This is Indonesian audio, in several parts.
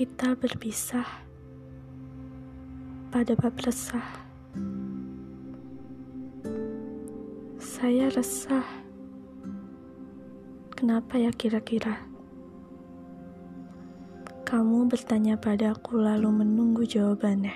Kita berpisah pada bab resah. Saya resah. Kenapa ya kira-kira? Kamu bertanya padaku lalu menunggu jawabannya.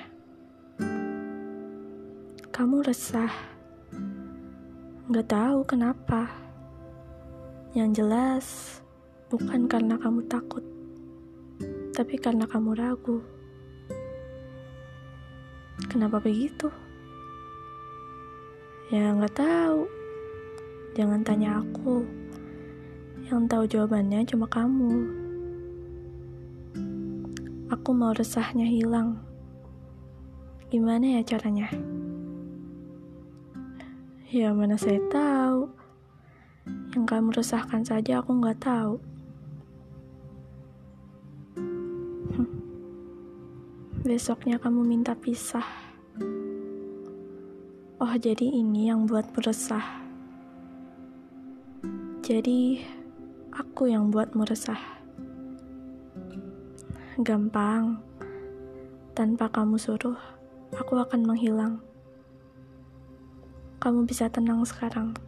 Kamu resah. Gak tahu kenapa. Yang jelas, bukan karena kamu takut, tapi karena kamu ragu. Kenapa begitu? Ya gak tahu. Jangan tanya aku. Yang tahu jawabannya cuma kamu. Aku mau resahnya hilang. Gimana ya caranya? Ya mana saya tahu. Yang kamu resahkan saja aku gak tahu. Besoknya kamu minta pisah. Oh, jadi ini yang buatmu resah. Jadi aku yang buatmu resah. Gampang. Tanpa kamu suruh, aku akan menghilang. Kamu bisa tenang sekarang.